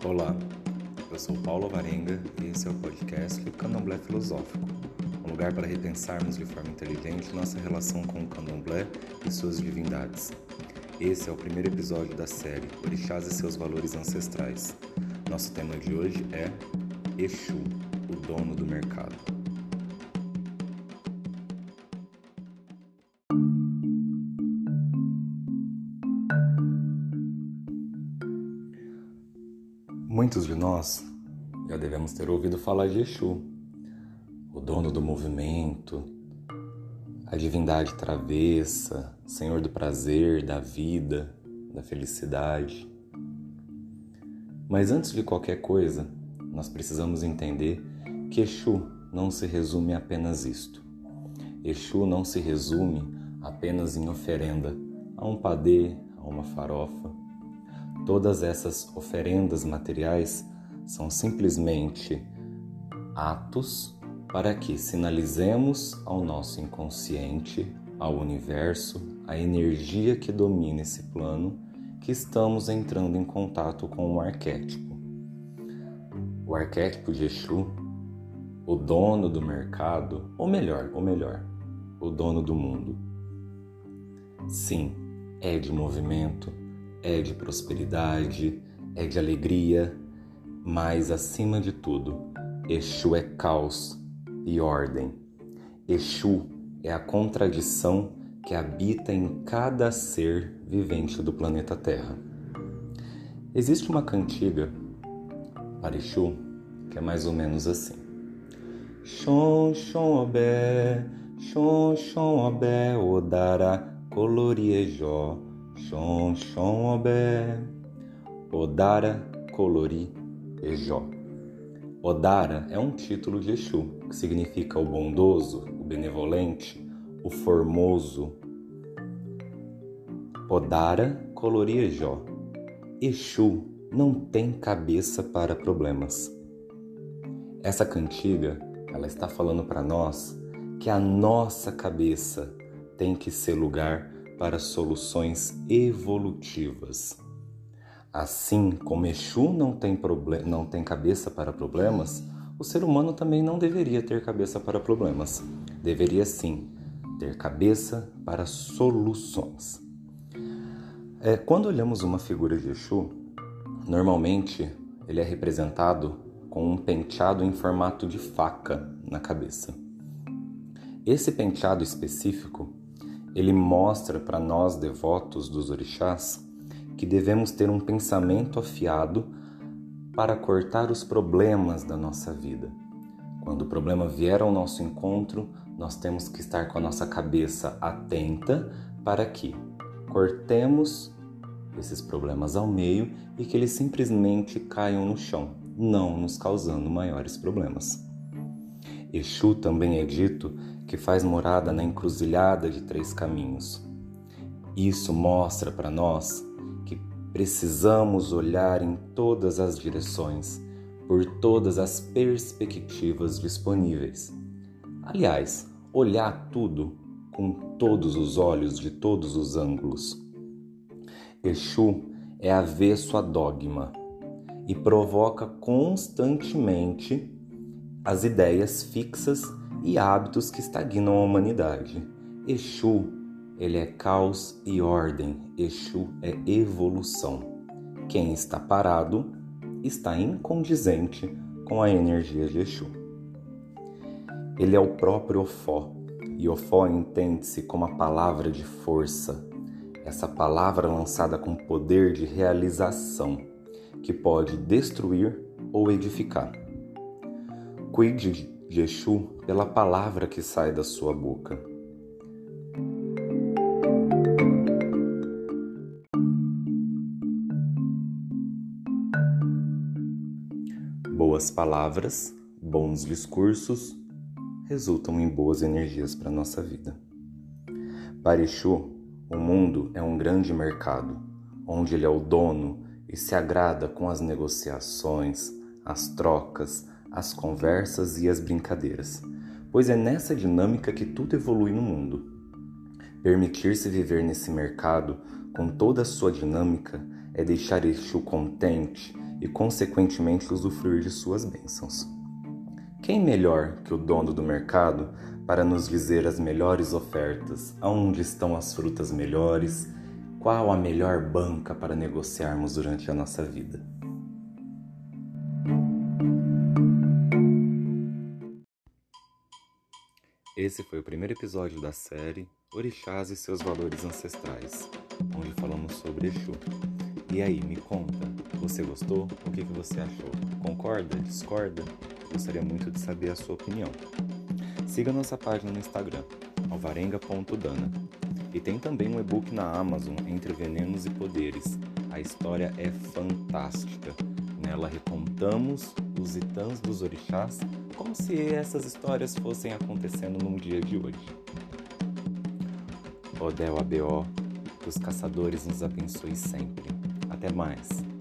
Olá, eu sou Paulo Alvarenga e esse é o podcast Candomblé Filosófico, um lugar para repensarmos de forma inteligente nossa relação com o Candomblé e suas divindades. Esse é o primeiro episódio da série Orixás e seus valores ancestrais. Nosso tema de hoje é Exu, o dono do mercado. Muitos de nós já devemos ter ouvido falar de Exu, o dono do movimento, a divindade travessa, senhor do prazer, da vida, da felicidade. Mas antes de qualquer coisa, nós precisamos entender que Exu não se resume a apenas isto. Exu não se resume apenas em oferenda a um padê, a uma farofa. Todas essas oferendas materiais são simplesmente atos para que sinalizemos ao nosso inconsciente, ao universo, à energia que domina esse plano, que estamos entrando em contato com um arquétipo. O arquétipo de Exu, o dono do mercado, ou melhor, o dono do mundo. Sim, é de movimento, é de prosperidade, é de alegria, mas acima de tudo, Exu é caos e ordem. Exu é a contradição que habita em cada ser vivente do planeta Terra. Existe uma cantiga para Exu que é mais ou menos assim: Xon, xon, obé, xon, xon, obé, odara, coloriejó, xon, xon, obé, odara, colori, ejó. Odara é um título de Exu, que significa o bondoso, o benevolente, o formoso. Odara, colori, ejó. Exu não tem cabeça para problemas. Essa cantiga, ela está falando para nós que a nossa cabeça tem que ser lugar para soluções evolutivas. Assim como Exu não tem cabeça para problemas, o ser humano também não deveria ter cabeça para problemas. Deveria sim ter cabeça para soluções. Quando olhamos uma figura de Exu, normalmente ele é representado com um penteado em formato de faca na cabeça. Esse penteado específico, ele mostra para nós devotos dos orixás que devemos ter um pensamento afiado para cortar os problemas da nossa vida. Quando o problema vier ao nosso encontro, nós temos que estar com a nossa cabeça atenta para que cortemos esses problemas ao meio e que eles simplesmente caiam no chão, não nos causando maiores problemas. Exu também é dito que faz morada na encruzilhada de 3 caminhos. Isso mostra para nós que precisamos olhar em todas as direções, por todas as perspectivas disponíveis. Aliás, olhar tudo com todos os olhos de todos os ângulos. Exu é avesso a dogma e provoca constantemente as ideias fixas e hábitos que estagnam a humanidade. Exu, ele é caos e ordem. Exu é evolução. Quem está parado está incondizente com a energia de Exu. Ele é o próprio Ofó, e Ofó entende-se como a palavra de força. Essa palavra lançada com poder de realização, que pode destruir ou edificar. Cuide de Exu pela palavra que sai da sua boca. Boas palavras, bons discursos resultam em boas energias para a nossa vida. Para Exu, o mundo é um grande mercado, onde ele é o dono e se agrada com as negociações, as trocas, as conversas e as brincadeiras, pois é nessa dinâmica que tudo evolui no mundo. Permitir-se viver nesse mercado com toda a sua dinâmica é deixar Exu contente e, consequentemente, usufruir de suas bênçãos. Quem melhor que o dono do mercado para nos dizer as melhores ofertas, aonde estão as frutas melhores, qual a melhor banca para negociarmos durante a nossa vida? Esse foi o primeiro episódio da série Orixás e seus valores ancestrais, onde falamos sobre Exu. E aí, me conta, você gostou? O que você achou? Concorda? Discorda? Gostaria muito de saber a sua opinião. Siga nossa página no Instagram, alvarenga.dana. E tem também um e-book na Amazon, Entre Venenos e Poderes. A história é fantástica. Nela recontamos os itãs dos orixás como se essas histórias fossem acontecendo num dia de hoje. Odel ABO, que os caçadores nos abençoe sempre. Até mais!